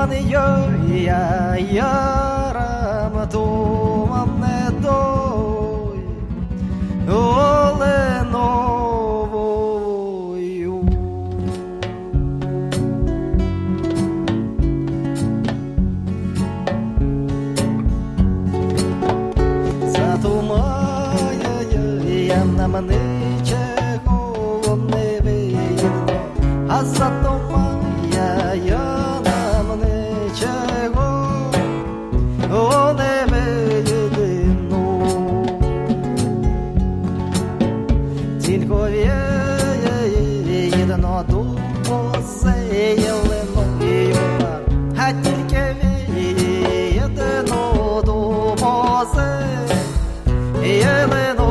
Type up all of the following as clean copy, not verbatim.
Туман я ярам, туман не дой, оленовою. Затумає на мене чого не видно, а затумає нам нічого не видно. Тільки видно думу зеленою, а тільки видно думу зеленою.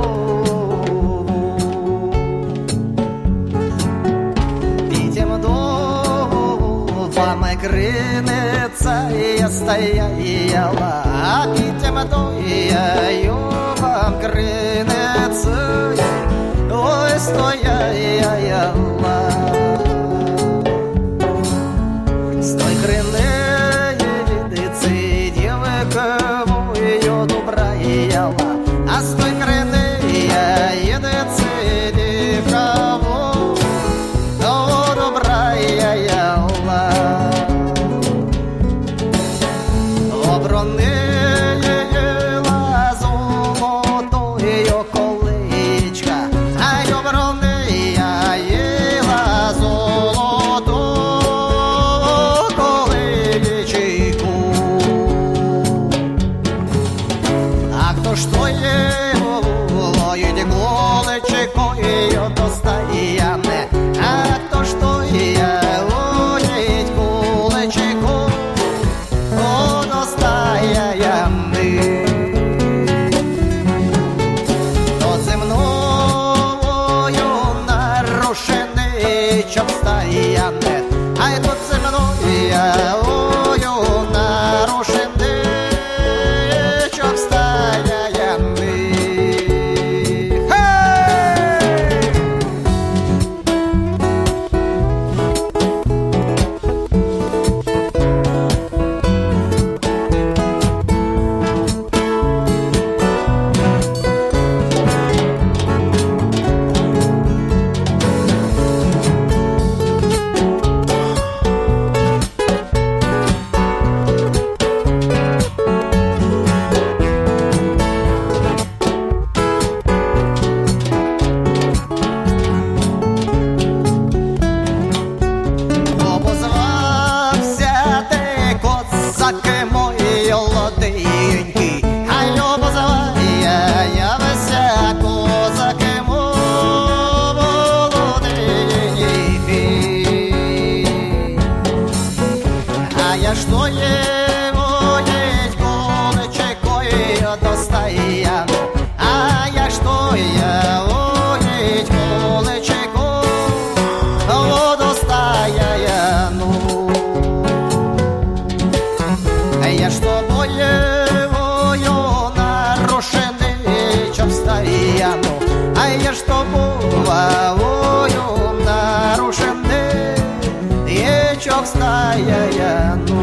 Кринеца я стояла, а темною вам кринеца, ой, стояла. С той кринецы девка мою добрая, а с той кринецы девка мою добрая. Обронила золотою колечка, ай, обронила золоту колечку. А хто ж то є лоїть колечкою достаяне, а хто ж то є лоїть колечкою то земною нарушеничок стаяне, ай тут земною нарушеничок стаяне. Что є воєть колечкою достаяно, а я що є воєть колечкою достаяно. А я ж тобою нарушеничок стаяно, а я ж тобою нарушеничок стаяно.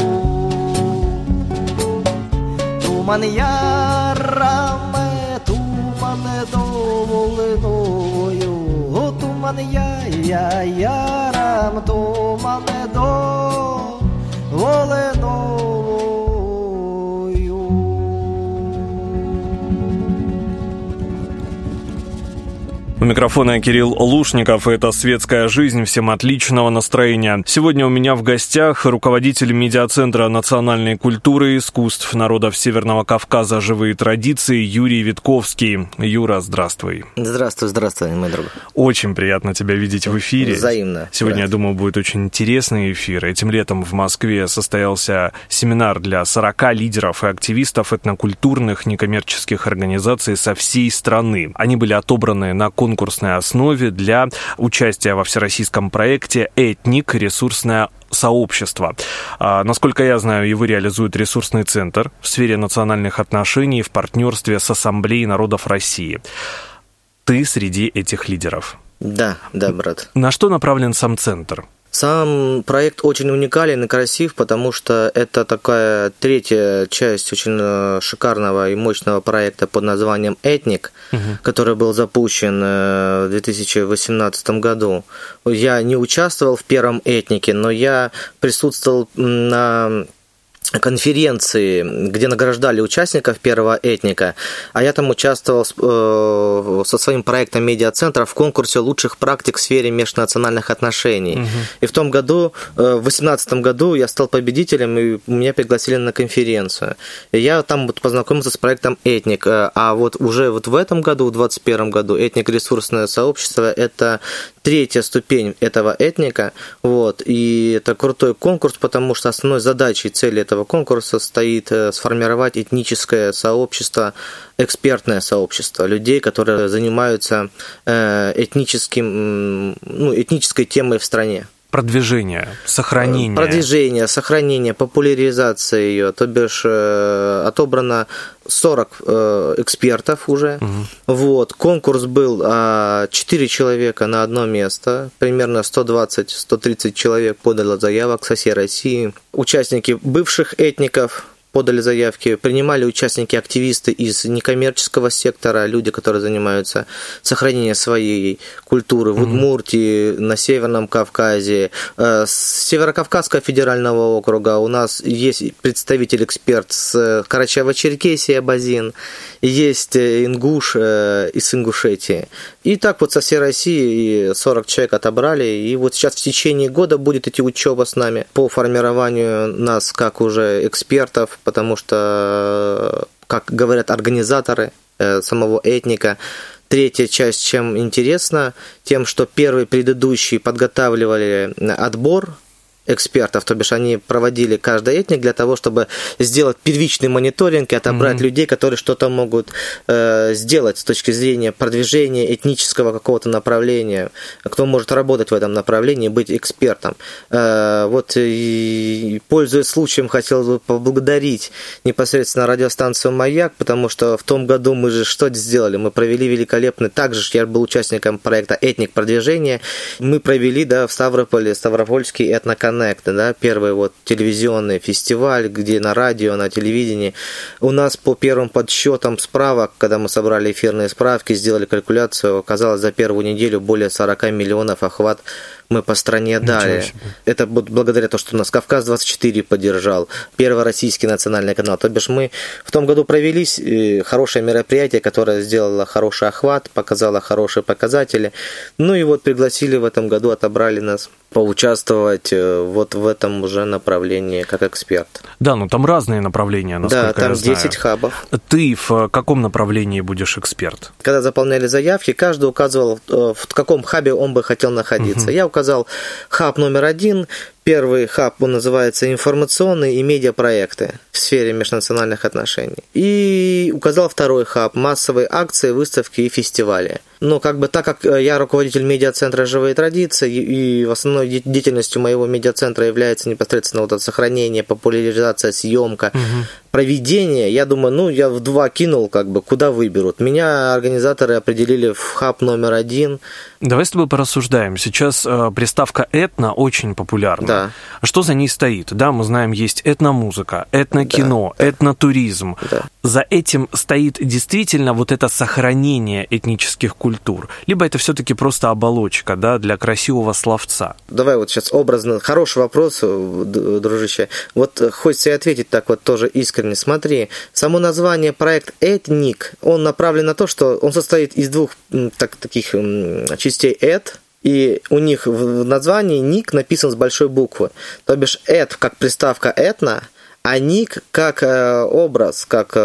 Туман яраме, туман доволеною, туман я ярам, туман доволеною. У микрофона Кирилл Лушников, и это «Светская жизнь». Всем отличного настроения. Сегодня у меня в гостях руководитель медиацентра национальной культуры и искусств народов Северного Кавказа «Живые традиции» Юрий Витковский. Юра, здравствуй. Здравствуй, мой друг. Очень приятно тебя видеть в эфире. Взаимно. Сегодня, я думаю, будет очень интересный эфир. Этим летом в Москве состоялся семинар для 40 лидеров и активистов этнокультурных некоммерческих организаций со всей страны. Они были отобраны на конкурсной основе для участия во всероссийском проекте «Этник. Ресурсное сообщество». Насколько я знаю, его реализует ресурсный центр в сфере национальных отношений в партнерстве с Ассамблеей народов России. Ты среди этих лидеров. Да, брат. На что направлен сам центр? Сам проект очень уникален и красив, потому что это такая третья часть очень шикарного и мощного проекта под названием «Этник», который был запущен в 2018 году. Я не участвовал в первом «Этнике», но я присутствовал на конференции, где награждали участников первого «Этника», а я там участвовал со своим проектом «Медиацентра» в конкурсе лучших практик в сфере межнациональных отношений. И в том году, в 2018 году, я стал победителем, и меня пригласили на конференцию. И я там познакомился с проектом «Этник», а вот уже вот в этом году, в 2021 году, «Этник. Ресурсное сообщество» – это третья ступень этого «Этника», вот, и это крутой конкурс, потому что основной задачей и целью этого конкурса стоит сформировать этническое сообщество, экспертное сообщество людей, которые занимаются этнической темой в стране. Продвижение, сохранение, популяризация ее, то бишь отобрано 40 экспертов уже. Вот. Конкурс был 4 человека на одно место, примерно 120-130 человек подало заявок со всей России. Участники бывших этников подали заявки, принимали участники-активисты из некоммерческого сектора, люди, которые занимаются сохранением своей культуры в Удмуртии, на Северном Кавказе, с Северокавказского федерального округа у нас есть представитель-эксперт с Карачаево-Черкесии, Абазин, есть ингуш из Ингушетии. И так вот со всей России 40 человек отобрали, и вот сейчас в течение года будет идти учеба с нами по формированию нас как уже экспертов, потому что, как говорят организаторы самого «Этника», третья часть чем интересна, тем, что первый предыдущий подготавливали отбор экспертов, то бишь они проводили каждый этник для того, чтобы сделать первичный мониторинг и отобрать людей, которые что-то могут сделать с точки зрения продвижения этнического какого-то направления, кто может работать в этом направлении, быть экспертом. Вот и, пользуясь случаем, хотел бы поблагодарить непосредственно радиостанцию «Маяк», потому что в том году мы же что сделали? Мы провели великолепный, также я был участником проекта «Этник. Продвижение», мы провели, да, в Ставрополе, Ставропольский этноконнект, да, первый вот телевизионный фестиваль, где на радио, на телевидении. У нас по первым подсчетам справок, когда мы собрали эфирные справки, сделали калькуляцию, оказалось за первую неделю более 40 миллионов охват мы по стране дали. Это благодаря тому, что нас Кавказ-24 поддержал, Первый российский национальный канал. То бишь мы в том году провелись, хорошее мероприятие, которое сделало хороший охват, показало хорошие показатели. Ну и вот пригласили в этом году, отобрали нас поучаствовать вот в этом уже направлении как эксперт. Да, ну там разные направления, насколько я знаю. Да, там 10 хабов. Ты в каком направлении будешь эксперт? Когда заполняли заявки, каждый указывал, в каком хабе он бы хотел находиться. Я указал хаб номер 1. Первый хаб, он называется «Информационные и медиапроекты в сфере межнациональных отношений». И указал второй хаб – массовые акции, выставки и фестивали. Но как бы так как я руководитель медиацентра «Живые традиции», и основной деятельностью моего медиацентра является непосредственно вот это сохранение, популяризация, съемка, проведение, я думаю, я в 2 кинул, как бы, куда выберут. Меня организаторы определили в хаб номер 1. Давай с тобой порассуждаем. Сейчас приставка «этно» очень популярна. Да. Что за ней стоит? Да, мы знаем, есть этномузыка, этнокино, этнотуризм. Да. За этим стоит действительно вот это сохранение этнических культур. Либо это все-таки просто оболочка, да, для красивого словца. Давай вот сейчас образно. Хороший вопрос, дружище. Вот хочется и ответить так вот тоже искренне. Смотри, само название проект «Этник», он направлен на то, что он состоит из 2 таких частей «эт», и у них в названии «ник» написан с большой буквы. То бишь «эт» как приставка «этно», а ник как образ, как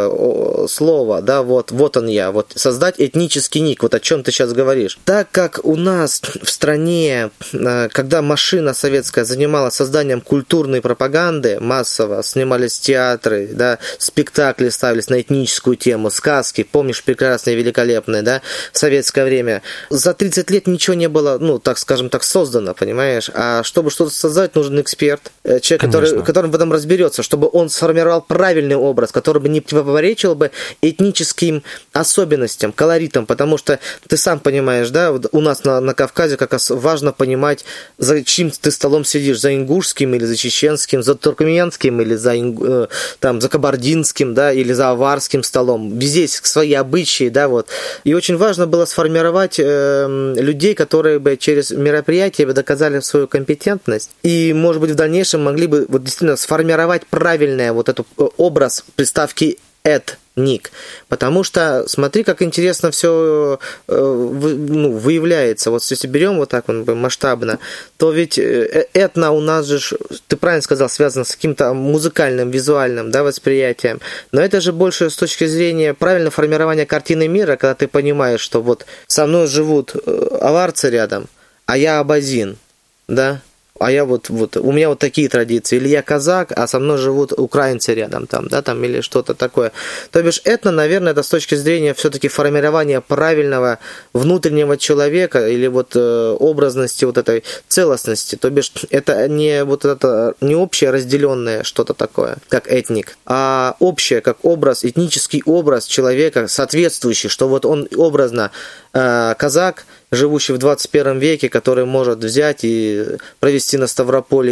слово, да, вот он я, вот создать этнический ник, вот о чем ты сейчас говоришь. Так как у нас в стране, когда машина советская занималась созданием культурной пропаганды массово, снимались театры, да, спектакли ставились на этническую тему, сказки, помнишь, прекрасные, великолепные, да, в советское время, за 30 лет ничего не было, так скажем так, создано, понимаешь, а чтобы что-то создать, нужен эксперт, человек, который в этом разберется, чтобы чтобы он сформировал правильный образ, который бы не противоречил бы этническим особенностям, колоритам, потому что ты сам понимаешь, да, у нас на Кавказе как раз важно понимать, за чьим ты столом сидишь, за ингушским или за чеченским, за туркменянским или за кабардинским, да, или за аварским столом. Везде есть свои обычаи, да, вот. И очень важно было сформировать людей, которые бы через мероприятие бы доказали свою компетентность и, может быть, в дальнейшем могли бы вот действительно сформировать правильный вот этот образ приставки «этник». Потому что, смотри, как интересно все выявляется. Вот если берем вот так масштабно, то ведь этно у нас же, ты правильно сказал, связано с каким-то музыкальным, визуальным, да, восприятием. Но это же больше с точки зрения правильного формирования картины мира, когда ты понимаешь, что вот со мной живут аварцы рядом, а я абазин, да, а я вот у меня вот такие традиции, или я казак, а со мной живут украинцы рядом, там, да, там, или что-то такое. То бишь, этно, наверное, это с точки зрения все-таки формирования правильного внутреннего человека, или вот образности вот этой целостности. То бишь, это не вот это не общее разделенное что-то такое, как этник, а общее, как образ, этнический образ человека, соответствующий, что вот он образно казак, живущий в 21 веке, который может взять и провести на Ставрополе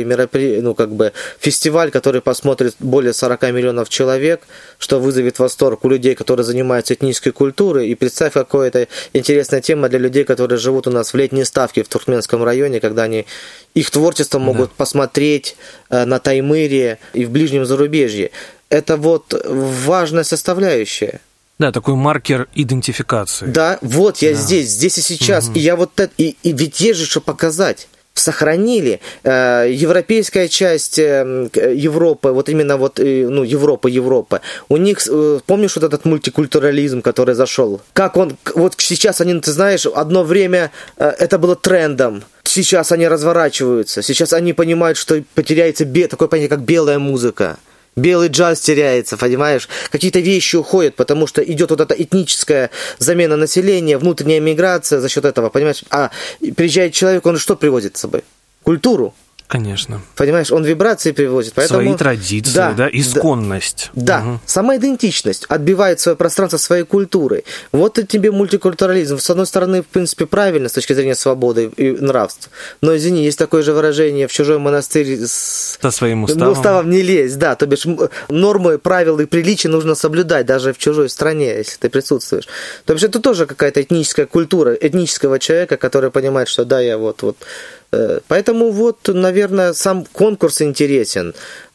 фестиваль, который посмотрит более 40 миллионов человек, что вызовет восторг у людей, которые занимаются этнической культурой. И представь, какая это интересная тема для людей, которые живут у нас в летней ставке в Туркменском районе, когда они их творчество могут посмотреть на Таймыре и в ближнем зарубежье. Это вот важная составляющая. Да, такой маркер идентификации. Да, вот я здесь и сейчас. И я вот это, и ведь есть же что показать. Сохранили европейская часть Европы, вот именно вот, Европа. У них, помнишь вот этот мультикультурализм, который зашел? Как он, вот сейчас они, ты знаешь, одно время это было трендом. Сейчас они разворачиваются. Сейчас они понимают, что потеряется такое понятие, как белая музыка. Белый джаз теряется, понимаешь? Какие-то вещи уходят, потому что идет вот эта этническая замена населения, внутренняя миграция за счет этого, понимаешь? А приезжает человек, он что привозит с собой? Культуру. Конечно. Понимаешь, он вибрации привозит. Поэтому... Свои традиции, исконность. Да, сама идентичность отбивает свое пространство своей культурой. Вот и тебе мультикультурализм. С одной стороны, в принципе, правильно с точки зрения свободы и нравств. Но, извини, есть такое же выражение: в чужой монастырь со своим уставом не лезь. Да, то бишь нормы, правила и приличия нужно соблюдать даже в чужой стране, если ты присутствуешь. То бишь это тоже какая-то этническая культура этнического человека, который понимает, что да, я вот. Поэтому вот, наверное, сам конкурс интересен.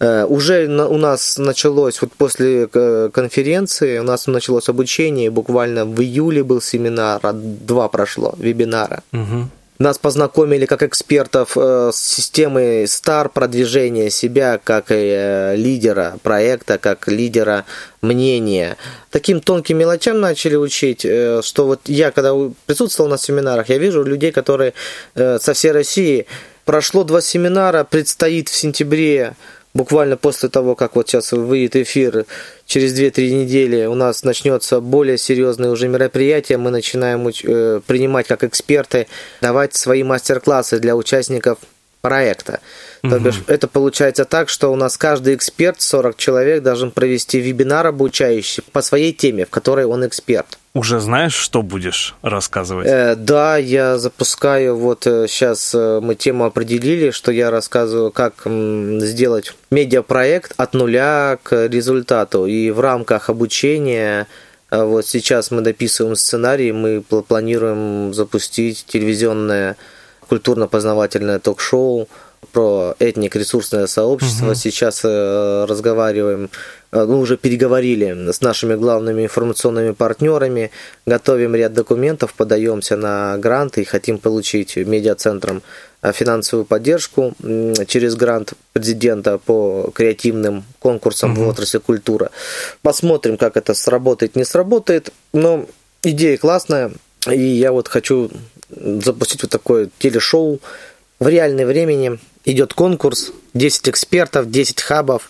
Уже у нас началось, вот после конференции, у нас началось обучение, буквально в июле был семинар, 2 прошло вебинара. Угу. Нас познакомили как экспертов с системой STAR продвижения себя как лидера проекта, как лидера мнения. Таким тонким мелочам начали учить, что вот я, когда присутствовал на семинарах, я вижу людей, которые со всей России, прошло 2 семинара, предстоит в сентябре, буквально после того, как вот сейчас выйдет эфир, через 2-3 недели у нас начнется более серьезные уже мероприятия, мы начинаем принимать как эксперты, давать свои мастер-классы для участников проекта. То бишь, это получается так, что у нас каждый эксперт, 40 человек, должен провести вебинар обучающий по своей теме, в которой он эксперт. Уже знаешь, что будешь рассказывать? Да, я запускаю, вот сейчас мы тему определили, что я рассказываю, как сделать медиапроект от нуля к результату. И в рамках обучения, вот сейчас мы дописываем сценарий, мы планируем запустить телевизионное культурно-познавательное ток-шоу про этник-ресурсное сообщество. Сейчас разговариваем, уже переговорили с нашими главными информационными партнерами, готовим ряд документов, подаемся на гранты и хотим получить медиацентром финансовую поддержку через грант президента по креативным конкурсам в отрасли культура. Посмотрим, как это сработает, не сработает, но идея классная, и я вот хочу запустить вот такое телешоу в реальном времени. Идет конкурс, 10 экспертов, 10 хабов,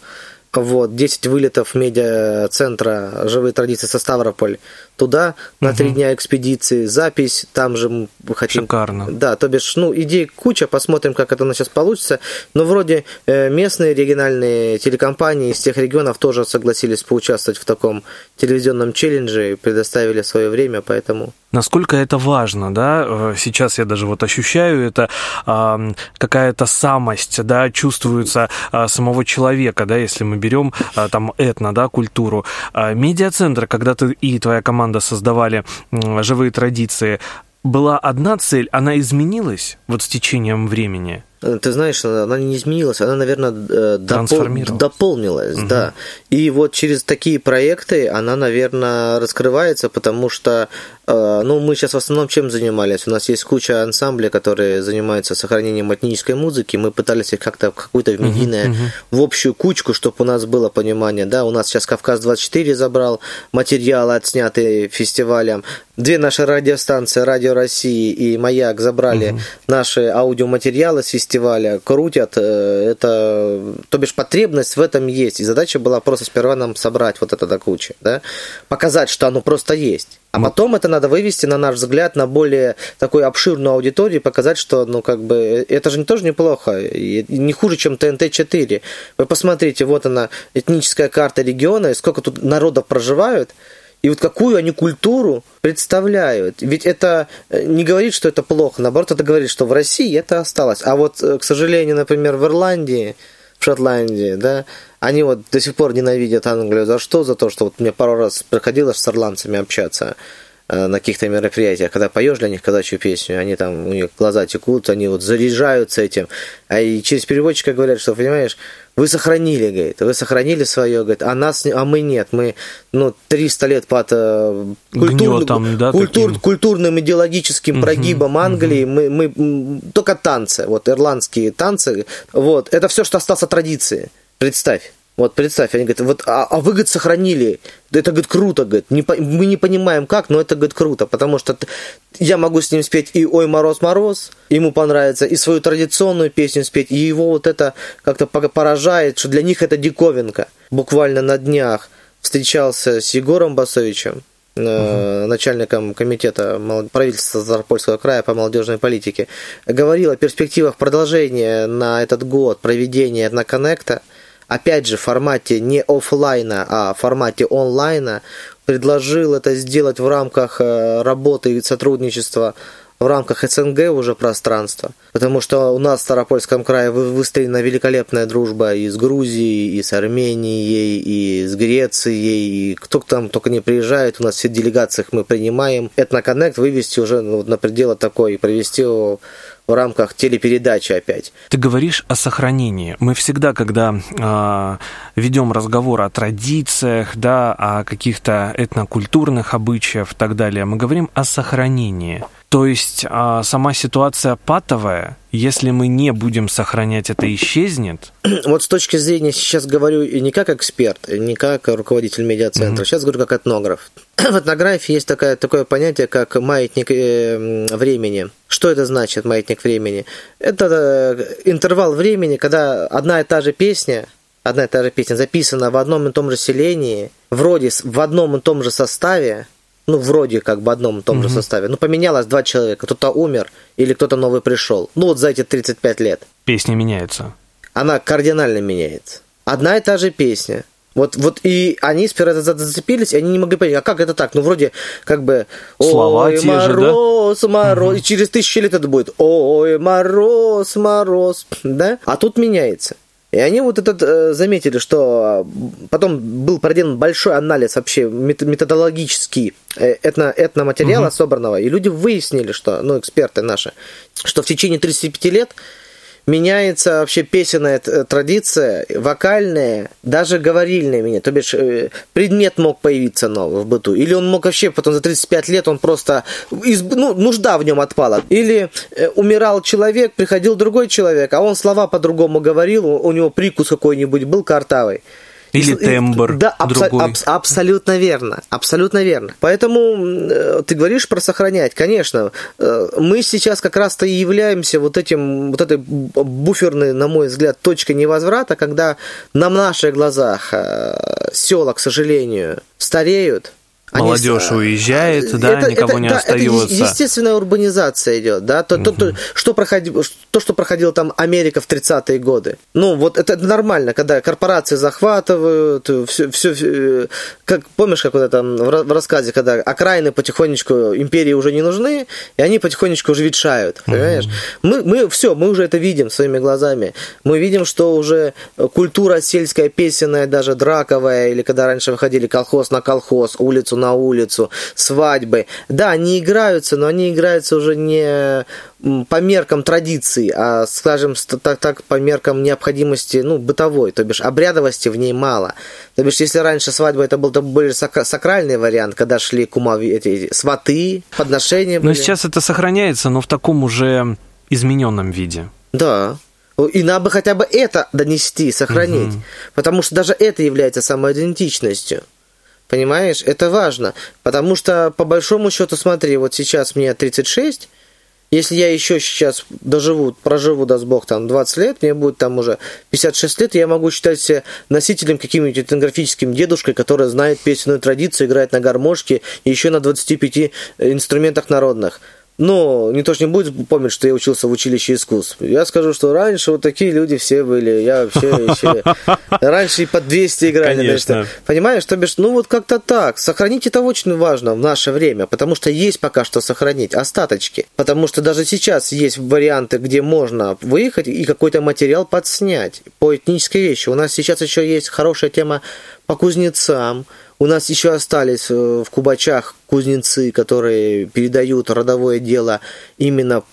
Вот, 10 вылетов медиа-центра «Живые традиции» со Ставрополь туда на 3 дня экспедиции, запись, там же мы хотим... Шикарно. Да, то бишь, идей куча, посмотрим, как это у нас сейчас получится, но вроде местные региональные телекомпании из тех регионов тоже согласились поучаствовать в таком телевизионном челлендже и предоставили свое время, поэтому... Насколько это важно, да? Сейчас я даже вот ощущаю это, какая-то самость, да, чувствуется самого человека, да, если мы берем там этно, да, культуру. Медиацентр, когда ты и твоя команда создавали «Живые традиции», была одна цель, она изменилась вот с течением времени? Ты знаешь, она не изменилась, она, наверное, дополнилась, да. И вот через такие проекты она, наверное, раскрывается, потому что, мы сейчас в основном чем занимались? У нас есть куча ансамблей, которые занимаются сохранением этнической музыки, мы пытались их как-то в какую-то в медийное, в общую кучку, чтобы у нас было понимание, да, у нас сейчас «Кавказ-24» забрал материалы, отснятые фестивалем, 2 наши радиостанции, «Радио России» и «Маяк» забрали наши аудиоматериалы с фестиваля, крутят, это, то бишь потребность в этом есть, и задача была просто сперва нам собрать вот это до кучи, да, показать, что оно просто есть, а потом это надо вывести, на наш взгляд, на более такую обширную аудиторию и показать, что, это же тоже неплохо, и не хуже, чем ТНТ-4. Вы посмотрите, вот она, этническая карта региона, и сколько тут народов проживают, и вот какую они культуру представляют. Ведь это не говорит, что это плохо. Наоборот, это говорит, что в России это осталось. А вот, к сожалению, например, в Ирландии, в Шотландии, да, они вот до сих пор ненавидят Англию. За что? За то, что вот мне пару раз приходилось с ирландцами общаться на каких-то мероприятиях, когда поешь для них казачью песню, они там, у них глаза текут, они вот заряжаются этим. И через переводчика говорят, что, понимаешь, вы сохранили, говорит, вы сохранили свое, говорит, а мы нет, мы 300 лет под культурным идеологическим прогибом Англии, мы только танцы, вот ирландские танцы, вот, это все, что осталось от традиции, представь. Вот представь, они говорят, вы, говорит, сохранили, это, говорит, круто, говорит, мы не понимаем как, но это, говорит, круто, потому что я могу с ним спеть и «Ой, мороз, мороз», ему понравится, и свою традиционную песню спеть, и его вот это как-то поражает, что для них это диковинка. Буквально на днях встречался с Егором Басовичем, начальником комитета правительства Ставропольского края по молодежной политике, говорил о перспективах продолжения на этот год проведения этноконнекта, опять же, в формате не офлайна, а в формате онлайна, предложил это сделать в рамках работы и сотрудничества в рамках СНГ уже пространства, потому что у нас в Ставропольском крае выстроена великолепная дружба и с Грузией, и с Арменией, и с Грецией, и кто там только не приезжает, у нас все делегациях мы принимаем. Этноконнект вывести уже на предел такой, и провести его в рамках телепередачи опять. Ты говоришь о сохранении. Мы всегда, когда ведем разговор о традициях, да, о каких-то этнокультурных обычаях и так далее, мы говорим о сохранении. То есть сама ситуация патовая, если мы не будем сохранять, это исчезнет? Вот с точки зрения, сейчас говорю не как эксперт, не как руководитель медиацентра, сейчас говорю как этнограф. В этнографии есть такое понятие, как маятник времени. Что это значит, маятник времени? Это интервал времени, когда одна и та же песня записана в одном и том же селении, вроде в одном и том же составе, вроде как в одном и том же составе, поменялось 2 человека, кто-то умер или кто-то новый пришел. Вот за эти 35 лет. Песня меняется. Она кардинально меняется. Одна и та же песня. Вот и они сперва зацепились, и они не могли понять, а как это так? Вроде как бы слова «Ой, те мороз, же, да? мороз», и через 1000 лет это будет «Ой, мороз, мороз», да? А тут меняется. И они вот заметили, что потом был проделан большой анализ вообще методологический этноматериала собранного, и люди выяснили, что, эксперты наши, что в течение 35 лет меняется вообще песенная традиция, вокальная, даже говорильная меняется. То бишь, предмет мог появиться новый в быту. Или он мог вообще потом за 35 лет, он просто... нужда в нем отпала. Или умирал человек, приходил другой человек, а он слова по-другому говорил, у него прикус какой-нибудь был картавый. Или тембр другой. Абсолютно верно, абсолютно верно. Поэтому ты говоришь про сохранять, конечно. Мы сейчас как раз-то и являемся вот этой буферной, на мой взгляд, точкой невозврата, когда на наших глазах села, к сожалению, стареют. Молодежь уезжает, никого не остается. Это естественная урбанизация идет, да, то, что проходила там Америка в 30-е годы. Ну, вот это нормально, когда корпорации захватывают, все, как помнишь, как вот там в рассказе, когда окраины потихонечку империи уже не нужны, и они потихонечку уже ветшают, понимаешь? Мы уже это видим своими глазами. Мы видим, что уже культура сельская, песенная, даже драковая, или когда раньше выходили колхоз на колхоз, улицу на улицу, свадьбы. Да, они играются, но они играются уже не по меркам традиций, а, скажем, так по меркам необходимости, бытовой, то бишь обрядовости в ней мало. То бишь, если раньше свадьба это был более сакральный вариант, когда шли эти сваты, подношения были. Но сейчас это сохраняется, но в таком уже измененном виде. Да. И надо бы хотя бы это донести, сохранить. Потому что даже это является самоидентичностью. Понимаешь? Это важно. Потому что, по большому счету, смотри, вот сейчас мне 36, если я еще сейчас проживу, даст Бог, там 20 лет, мне будет там уже 56 лет, я могу считать себя носителем каким-нибудь этнографическим дедушкой, который знает песенную традицию, играет на гармошке и еще на 25 инструментах народных. Но никто же не будет помнить, что я учился в училище искусств. Я скажу, что раньше вот такие люди все были. Я вообще раньше и по 200 играли. Конечно. Понимаешь, то бишь, вот как-то так. Сохранить это очень важно в наше время, потому что есть пока что сохранить остаточки. Потому что даже сейчас есть варианты, где можно выехать и какой-то материал подснять по этнической вещи. У нас сейчас еще есть хорошая тема по кузнецам. У нас еще остались в Кубачах кузнецы, которые передают родовое дело именно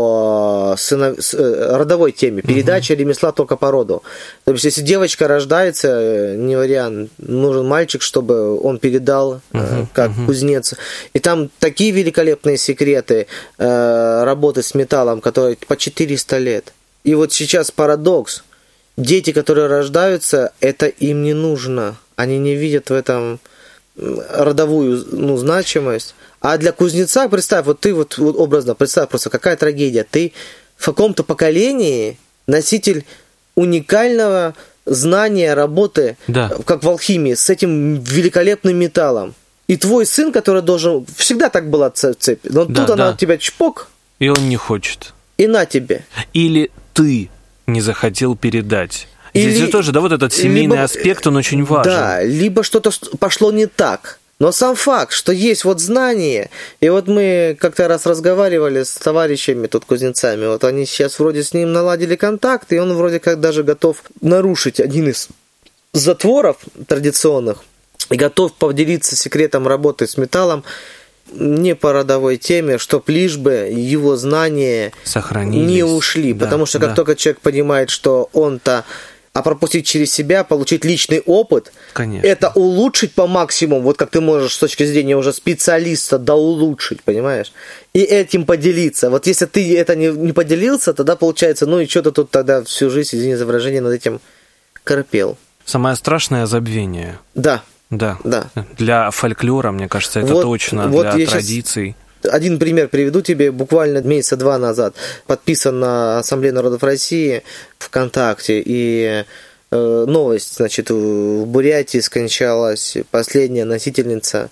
по родовой теме. Передача ремесла только по роду. То есть, если девочка рождается, не вариант, нужен мальчик, чтобы он передал как кузнец. И там такие великолепные секреты работы с металлом, которые по 400 лет. И вот сейчас парадокс. Дети, которые рождаются, это им не нужно. Они не видят в этом родовую значимость. А для кузнеца, представь, вот ты вот образно, представь просто, какая трагедия. Ты в каком-то поколении носитель уникального знания работы, как в алхимии, с этим великолепным металлом. И твой сын, который должен... Всегда так была цепь. Но тут она у тебя чпок. И он не хочет. И на тебе. Или ты не захотел передать. Здесь тоже, вот этот семейный аспект, он очень важен. Да, либо что-то пошло не так. Но сам факт, что есть вот знание, и вот мы как-то раз разговаривали с товарищами тут, кузнецами, вот они сейчас вроде с ним наладили контакт, и он вроде как даже готов нарушить один из затворов традиционных, и готов поделиться секретом работы с металлом, не по родовой теме, чтоб лишь бы его знания не ушли. Потому что как только человек понимает, что он-то пропустить через себя, получить личный опыт, конечно, это улучшить по максимуму, вот как ты можешь с точки зрения уже специалиста улучшить, понимаешь? И этим поделиться. Вот если ты это не поделился, тогда получается, и что ты тут тогда всю жизнь, извини за выражение, над этим корпел. Самое страшное — забвение. Да. Для фольклора, мне кажется, это точно, для традиций. Один пример приведу тебе. Буквально месяца 2 назад подписан на Ассамблею народов России ВКонтакте, и новость, значит, в Бурятии скончалась последняя носительница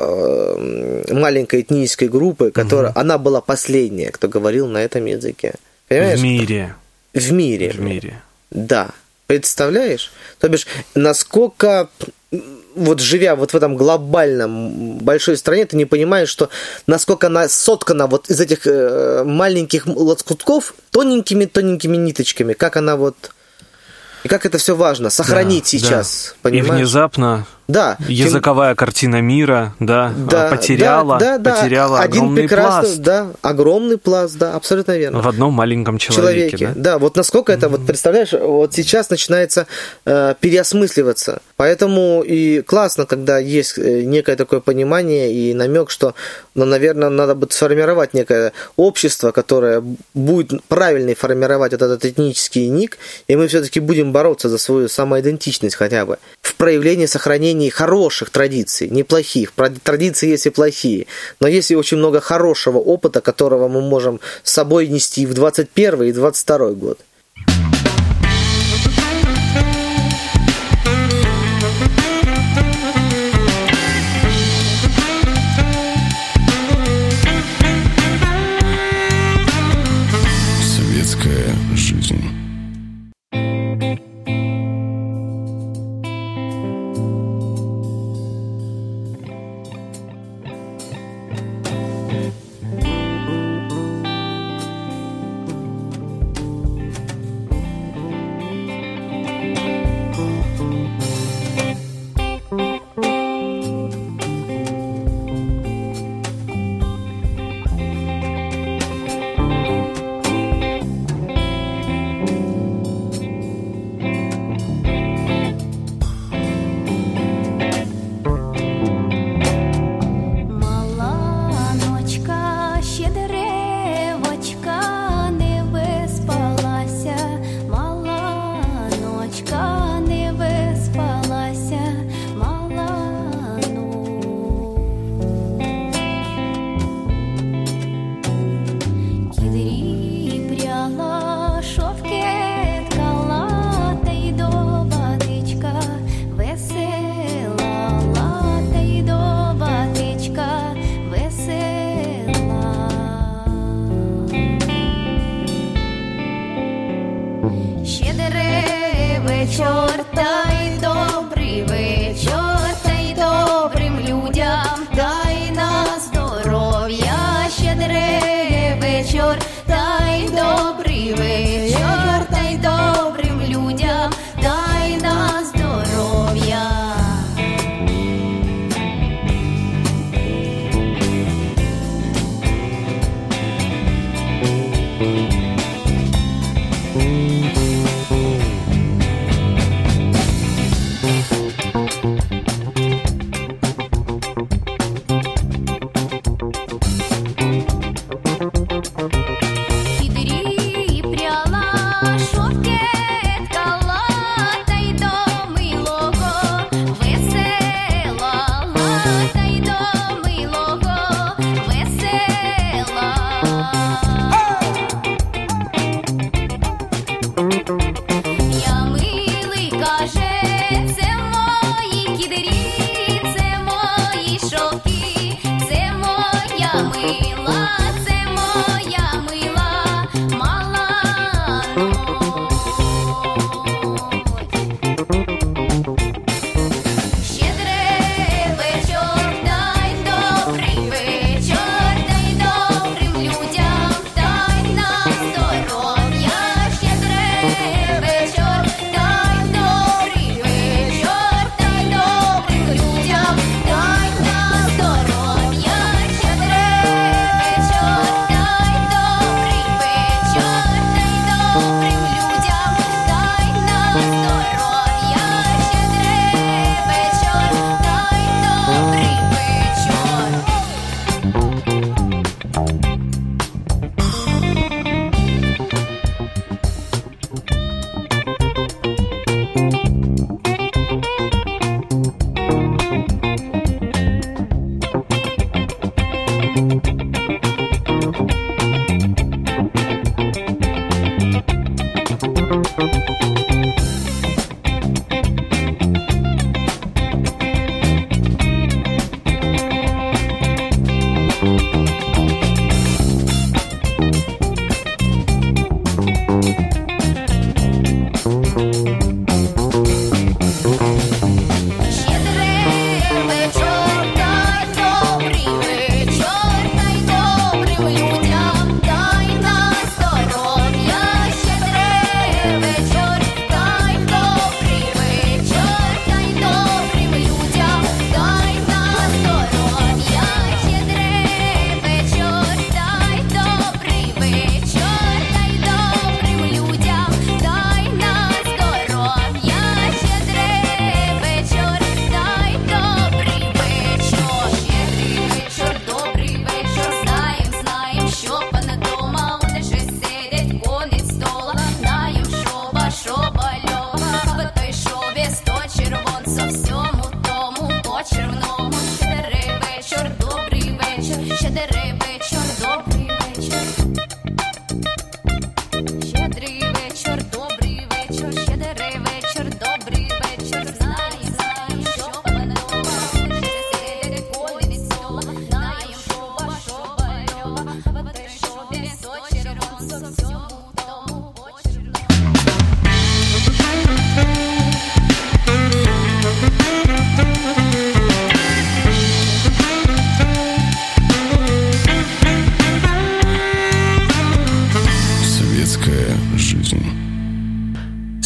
маленькой этнической группы, которая, она была последняя, кто говорил на этом языке. Понимаешь? В мире. Да. Представляешь? То бишь, насколько... Вот живя вот в этом глобальном большой стране, ты не понимаешь, что насколько она соткана вот из этих маленьких лоскутков тоненькими ниточками, как она вот... И как это все важно, сохранить сейчас, понимаешь? И внезапно Да. Языковая картина мира, потеряла огромный пласт. Да, огромный пласт, да, абсолютно верно. В одном маленьком человеке. Да, вот насколько это, вот представляешь, вот сейчас начинается переосмысливаться. Поэтому и классно, когда есть некое такое понимание и намек, что, наверное, надо будет сформировать некое общество, которое будет правильно формировать вот этот этнический ник, и мы все-таки будем бороться за свою самоидентичность хотя бы в проявлении, сохранении хороших традиций, не плохих. Традиции есть и плохие, но есть и очень много хорошего опыта, которого мы можем с собой нести в 21 и 22 год. Светская жизнь.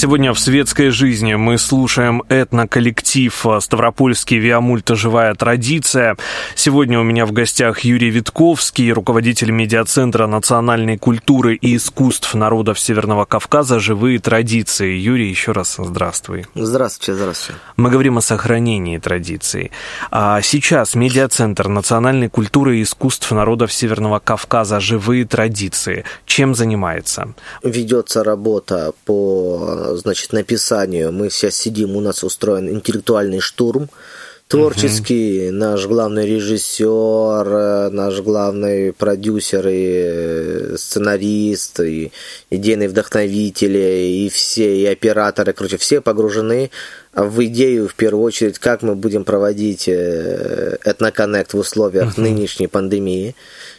Сегодня в светской жизни мы слушаем этноколлектив «Ставропольский Виамульт. Живая традиция». Сегодня у меня в гостях Юрий Витковский, руководитель медиацентра национальной культуры и искусств народов Северного Кавказа «Живые традиции». Юрий, еще раз здравствуй. Здравствуйте, здравствуйте. Мы говорим о сохранении традиций. А сейчас медиацентр национальной культуры и искусств народов Северного Кавказа «Живые традиции». Чем занимается? Ведется работа по, написанию. Мы сейчас сидим, у нас устроен интеллектуальный штурм творческий. Наш главный режиссер, наш главный продюсер и сценарист, и идейные вдохновители, и все, и операторы, все погружены в идею, в первую очередь, как мы будем проводить этноконнект в условиях нынешней пандемии.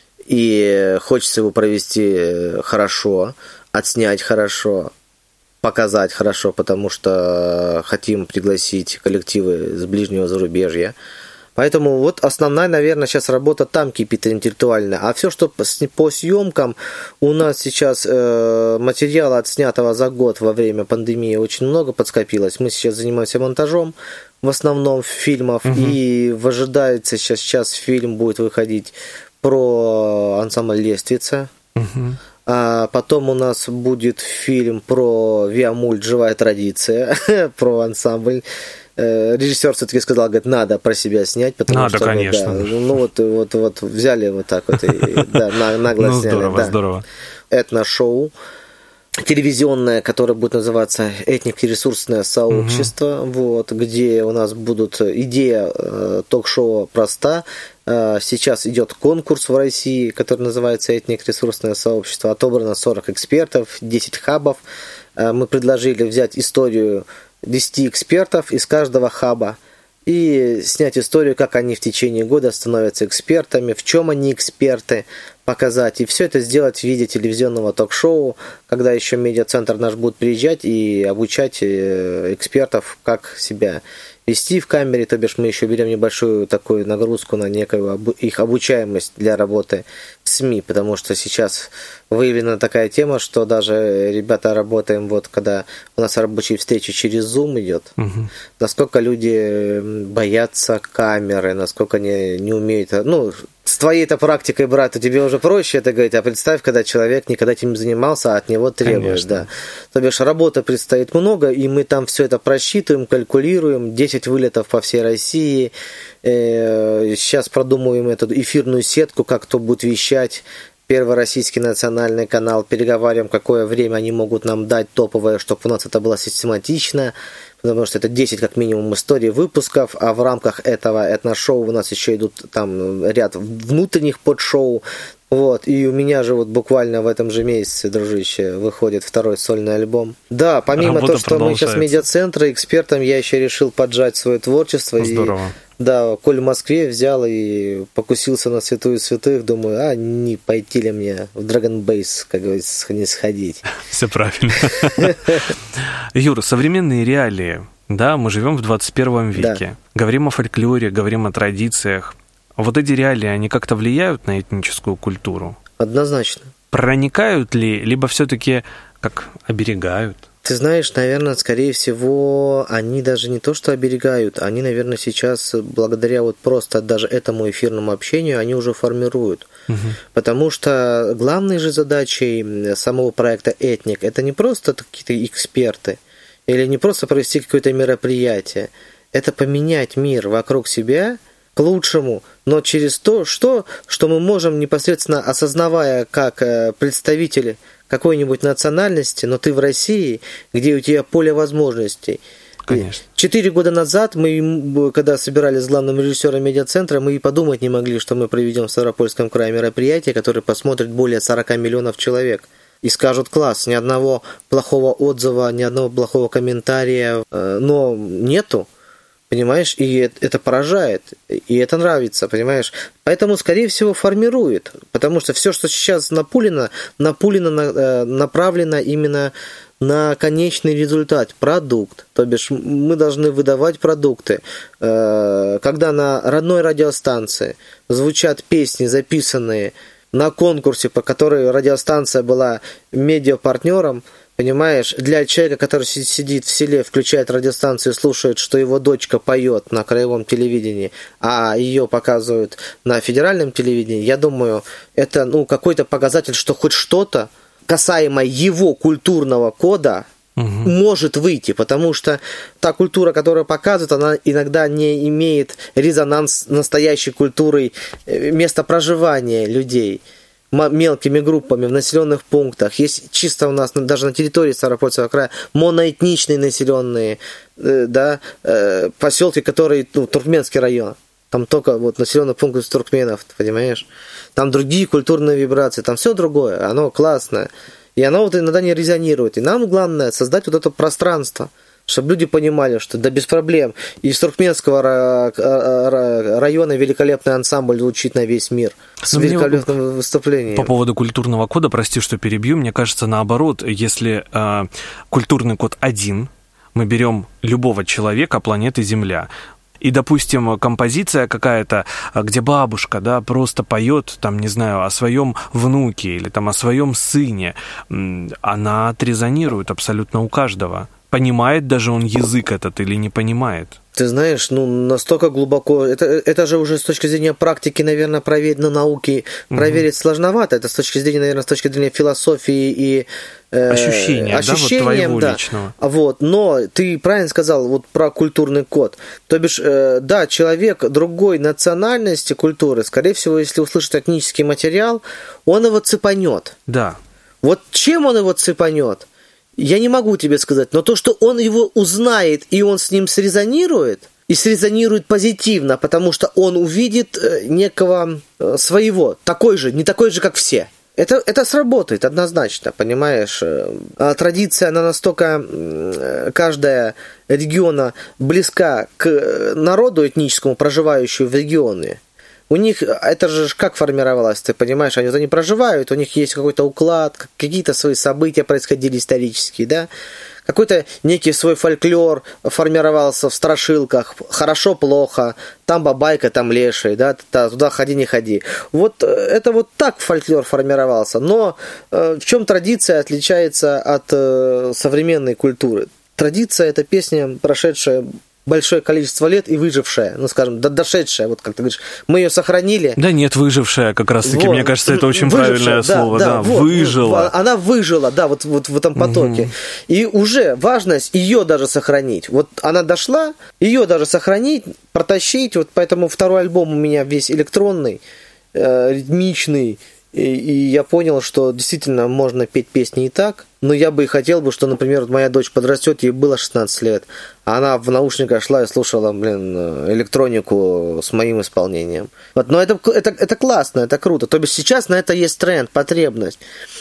И хочется его провести хорошо, отснять хорошо, показать хорошо, потому что хотим пригласить коллективы с ближнего зарубежья. Поэтому вот основная, наверное, сейчас работа там кипит интеллектуальная. А все, что по съемкам, у нас сейчас материала, отснятого за год во время пандемии, очень много подскопилось. Мы сейчас занимаемся монтажом, в основном фильмов, и ожидается сейчас фильм будет выходить про ансамбль «Лествица». А потом у нас будет фильм про Виамульт. Живая традиция, про ансамбль. Режиссер все-таки сказал, говорит, надо про себя снять, потому что конечно. Вот взяли вот так вот и нагло сняли. Здорово. Этно-шоу телевизионное, которое будет называться «Этник-ресурсное сообщество», где у нас будут идея ток-шоу проста. Сейчас идет конкурс в России, который называется «Этник-ресурсное сообщество». Отобрано 40 экспертов, 10 хабов. Мы предложили взять историю 10 экспертов из каждого хаба и снять историю, как они в течение года становятся экспертами, в чем они эксперты, показать. И все это сделать в виде телевизионного ток-шоу, когда еще медиацентр наш будет приезжать и обучать экспертов, как себя вести в камере, то бишь мы еще берем небольшую такую нагрузку на некую их обучаемость для работы в СМИ, потому что сейчас выявлена такая тема, что даже ребята работаем, когда у нас рабочие встречи через Zoom идет, насколько люди боятся камеры, насколько они не умеют, с твоей-то практикой, брат, тебе уже проще это говорить, а представь, когда человек никогда этим не занимался, а от него требуешь, да. То бишь, работы предстоит много, и мы там все это просчитываем, калькулируем, 10 вылетов по всей России, сейчас продумываем эту эфирную сетку, как кто будет вещать, Первый российский национальный канал, переговариваем, какое время они могут нам дать топовое, чтобы у нас это было систематично, потому что это 10 как минимум историй выпусков, а в рамках этого этношоу у нас еще идут там ряд внутренних подшоу. И у меня же буквально в этом же месяце, дружище, выходит второй сольный альбом. Да, помимо того, что мы сейчас медиацентры, экспертом, я еще решил поджать свое творчество. Здорово. Коль в Москве взял и покусился на святую святых, думаю, не пойти ли мне в Dragon Base, как говорится, не сходить. Все правильно. Юра, современные реалии, мы живем в 21 веке, говорим о фольклоре, говорим о традициях. Вот эти реалии, они как-то влияют на этническую культуру? Однозначно. Проникают ли, либо все-таки как оберегают? Ты знаешь, наверное, скорее всего, они даже не то что оберегают, они, наверное, сейчас, благодаря просто даже этому эфирному общению, они уже формируют. Потому что главной же задачей самого проекта «Этник» это не просто какие-то эксперты, или не просто провести какое-то мероприятие, это поменять мир вокруг себя к лучшему, но через то, что мы можем непосредственно, осознавая как представители какой-нибудь национальности, но ты в России, где у тебя поле возможностей. Конечно. 4 года назад мы, когда собирались с главным режиссером медиацентра, мы и подумать не могли, что мы проведем в Ставропольском крае мероприятие, которое посмотрит более 40 миллионов человек. И скажут, класс, ни одного плохого отзыва, ни одного плохого комментария, но нету. Понимаешь, и это поражает, и это нравится, понимаешь. Поэтому, скорее всего, формирует, потому что все, что сейчас направлено именно на конечный результат, продукт. То бишь, мы должны выдавать продукты. Когда на родной радиостанции звучат песни, записанные на конкурсе, по которой радиостанция была медиапартнером, Понимаешь, для человека, который сидит в селе, включает радиостанцию и слушает, что его дочка поет на краевом телевидении, а ее показывают на федеральном телевидении, я думаю, это какой-то показатель, что хоть что-то касаемо его культурного кода может выйти, потому что та культура, которая показывает, она иногда не имеет резонанс с настоящей культурой места проживания людей мелкими группами в населенных пунктах. Есть чисто у нас даже на территории Ставропольского края моноэтничные населенные поселки, которые туркменский район. Там только населенный пункт из туркменов, понимаешь? Там другие культурные вибрации, там все другое, оно классное. И оно иногда не резонирует. И нам главное создать это пространство, чтобы люди понимали, что да без проблем. Из туркменского района великолепный ансамбль звучит на весь мир с великолепным выступлением. По поводу культурного кода, прости, что перебью, мне кажется, наоборот, если культурный код один, мы берем любого человека планеты Земля, и, допустим, композиция какая-то, где бабушка, просто поет, не знаю, о своем внуке или о своем сыне, она отрезонирует абсолютно у каждого. Понимает даже он язык этот или не понимает? Ты знаешь, настолько глубоко... Это же уже с точки зрения практики, наверное, проверено науки, проверить сложновато. Это с точки зрения, наверное, с точки зрения философии и ощущения, твоего личного. Но ты правильно сказал про культурный код. То бишь, человек другой национальности, культуры, скорее всего, если услышит этнический материал, он его цепанет. Да. Чем он его цепанет? Я не могу тебе сказать, но то, что он его узнает, и он с ним срезонирует, и срезонирует позитивно, потому что он увидит некого своего, не такой же, как все. Это сработает однозначно, понимаешь? Традиция, она настолько, каждая региона близка к народу этническому, проживающему в регионе. У них это же как формировалось, ты понимаешь, они проживают, у них есть какой-то уклад, какие-то свои события происходили исторические, да? Какой-то некий свой фольклор формировался в страшилках, хорошо-плохо, там бабайка, там леший, да, туда ходи, не ходи. Это так фольклор формировался, но в чем традиция отличается от современной культуры? Традиция – это песня, прошедшая большое количество лет и выжившая, дошедшая, как ты говоришь, мы ее сохранили. Да нет, выжившая как раз-таки, мне кажется, это очень правильное слово, выжила. Она выжила, в этом потоке. И уже важность ее даже сохранить. Она дошла, ее даже сохранить, протащить, поэтому второй альбом у меня весь электронный, ритмичный, и я понял, что действительно можно петь песни и так, но я бы и хотел, что, например, моя дочь подрастет, ей было 16 лет, а она в наушниках шла и слушала, электронику с моим исполнением. Но это классно, это круто. То бишь сейчас на это есть тренд, потребность.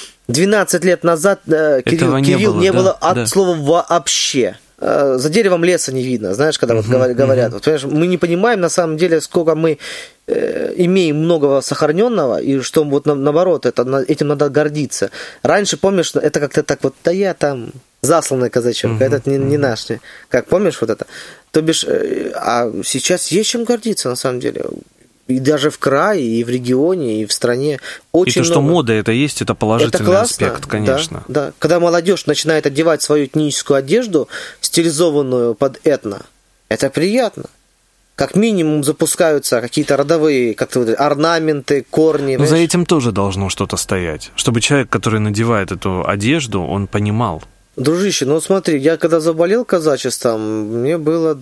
12 лет назад Кирилл не было от слова вообще. За деревом леса не видно, знаешь, когда говорят. Понимаешь, мы не понимаем на самом деле, сколько мы имеем многого сохраненного, и что наоборот, этим надо гордиться. Раньше, помнишь, это как-то так я там засланный казачок, этот не наш. Как, помнишь это? То бишь, а сейчас есть чем гордиться на самом деле. И даже в крае, и в регионе, и в стране очень много. И то, что мода это есть, это положительный аспект, конечно. Да. Когда молодежь начинает одевать свою этническую одежду, стилизованную под этно, это приятно. Как минимум запускаются какие-то родовые орнаменты, корни. Но за этим тоже должно что-то стоять. Чтобы человек, который надевает эту одежду, он понимал. Дружище, смотри, я когда заболел казачеством, мне было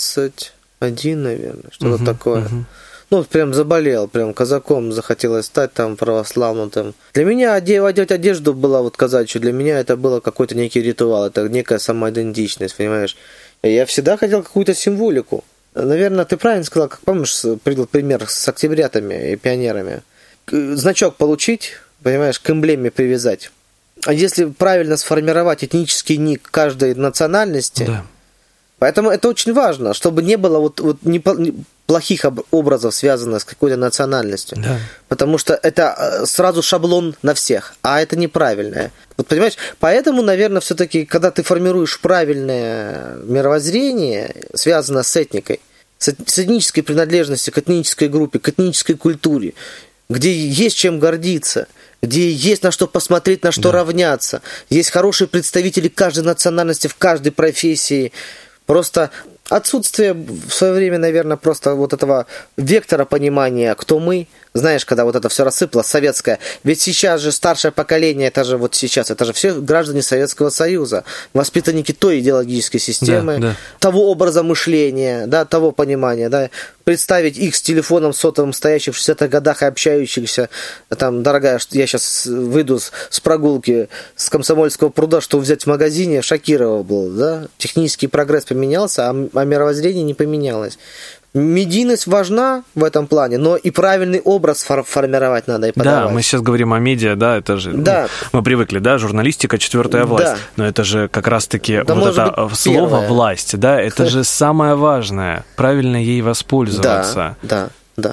21, наверное, что-то такое. Прям заболел, прям казаком захотелось стать православным. Для меня одеть одежду была казачью, для меня это было какой-то некий ритуал, это некая самоидентичность, понимаешь. Я всегда хотел какую-то символику. Наверное, ты правильно сказал, как помнишь, привел пример с октябрятами и пионерами. Значок получить, понимаешь, к эмблеме привязать. А если правильно сформировать этнический ник каждой национальности, да. Поэтому это очень важно, чтобы не было плохих образов, связанных с какой-то национальностью. Да. Потому что это сразу шаблон на всех, а это неправильное. Понимаешь? Поэтому, наверное, все-таки, когда ты формируешь правильное мировоззрение, связанное с этникой, с этнической принадлежностью к этнической группе, к этнической культуре, где есть чем гордиться, где есть на что посмотреть, на что равняться. Есть хорошие представители каждой национальности в каждой профессии. Просто отсутствие в свое время, наверное, просто вот этого вектора понимания, кто мы. Знаешь, когда вот это все рассыпалось, советское. Ведь сейчас же старшее поколение, это же вот сейчас, это же все граждане Советского Союза, воспитанники той идеологической системы, того образа мышления, да, того понимания, да. Представить их с телефоном сотовым, стоящих в 60-х годах и общающихся, там, дорогая, я сейчас выйду с прогулки с Комсомольского пруда, что взять в магазине, шокировал был, да. Технический прогресс поменялся, а мировоззрение не поменялось. Медийность важна в этом плане, но и правильный образ формировать надо и подавать. Да, мы сейчас говорим о медиа, да, это же... Да. Ну, мы привыкли, да, журналистика, четвертая власть. Да. Но это же как раз-таки да, вот это слово первое. «власть», да, это же самое важное, правильно ей воспользоваться. Да.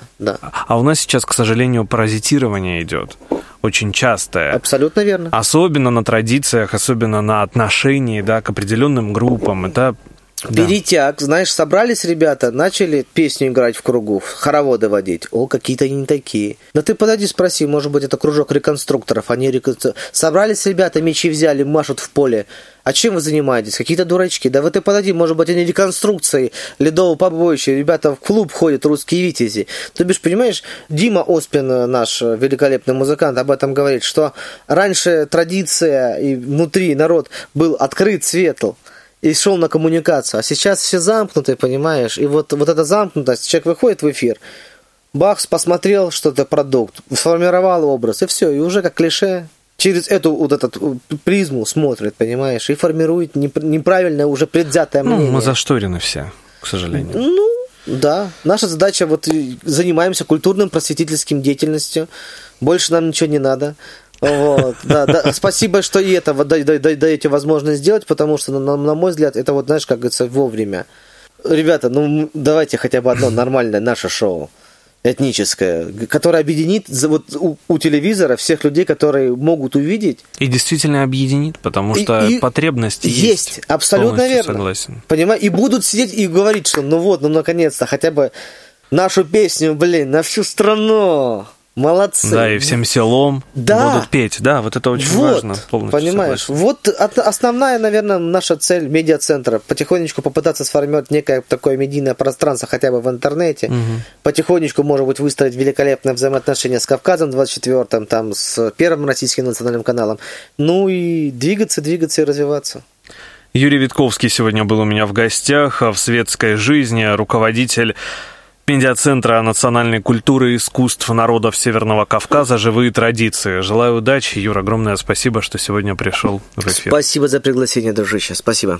А у нас сейчас, к сожалению, паразитирование идет. Очень частое. Абсолютно верно. Особенно на традициях, особенно на отношении, да, к определенным группам. Это... Перетяг, знаешь, собрались ребята, начали песню играть в кругу, хороводы водить. О, какие-то они не такие. Да ты подойди, спроси, может быть, это кружок реконструкторов. Собрались ребята, мечи взяли, машут в поле. А чем вы занимаетесь? Какие-то дурачки. Да вы ты подойди, может быть, они реконструкции ледового побоища. Ребята в клуб ходят, русские витязи. Ты бишь, понимаешь, Дима Оспин, наш великолепный музыкант, об этом говорит, что раньше традиция и внутри народ был открыт, светл. И шел на коммуникацию. А сейчас все замкнуты, понимаешь? И вот эта замкнутость, человек выходит в эфир, бах, посмотрел что-то, продукт, сформировал образ, и все, и уже как клише через эту вот эту призму смотрит, понимаешь, и формирует неправильное, уже предвзятое мнение. Мы зашторены все, к сожалению. Ну, да. Наша задача, вот занимаемся культурно-просветительским деятельностью, больше нам ничего не надо. Вот, да. Спасибо, что и это даете возможность сделать, потому что, на мой взгляд, это вот, знаешь, как говорится, вовремя. Ребята, ну давайте хотя бы одно нормальное наше шоу этническое, которое объединит вот у телевизора всех людей, которые могут увидеть. И действительно объединит, потому что потребность есть. Абсолютно верно. Согласен. Понимаешь? И будут сидеть и говорить, что ну наконец-то хотя бы нашу песню, на всю страну. Молодцы. Да, и всем селом будут петь. Да, вот это очень важно. Понимаешь, согласен. Вот основная, наверное, наша цель медиацентра. Потихонечку попытаться сформировать некое такое медийное пространство, хотя бы в интернете. Потихонечку, может быть, выстроить великолепное взаимоотношение с Кавказом 24-м, там, с Первым российским национальным каналом. Ну и двигаться и развиваться. Юрий Витковский сегодня был у меня в гостях в «Светской жизни», руководитель медиацентра национальной культуры и искусств народов Северного Кавказа «Живые традиции». Желаю удачи. Юр, огромное спасибо, что сегодня пришел в эфир. Спасибо за приглашение, дружище. Спасибо.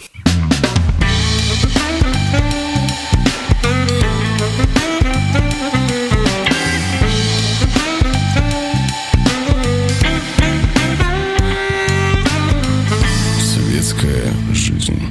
Светская жизнь.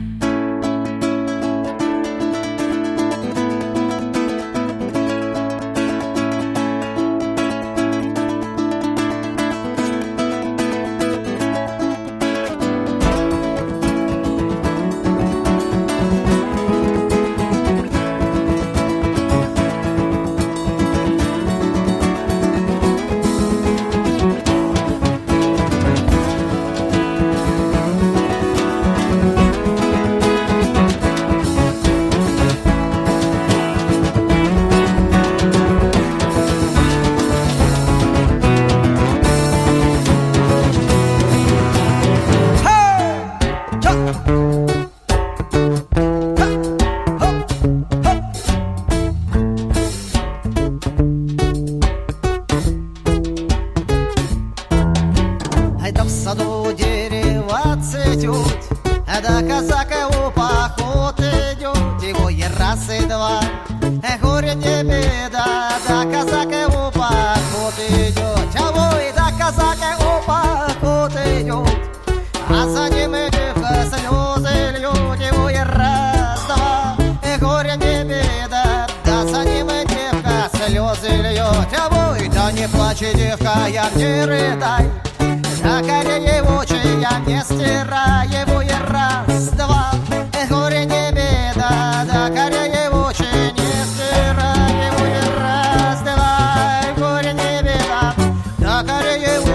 Девка, я не рыдай, на коре его я не стирай его и раз, два, горе не беда, на коре его не стирай его и раз, два, горе не беда, на коре его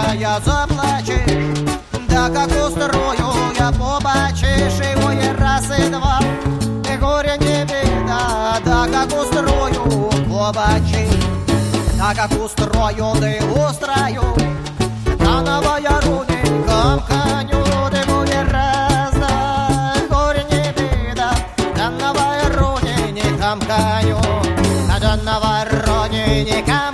я заплачешь. Да как устрою я побачишь его и раз и два. И горе не беда, да как устрою побачишь. Да как устрою, ты устрою. Кановая руденьком коню, ты будет раз, да горе не беда. Кановая руденьком коню, кановая руденьком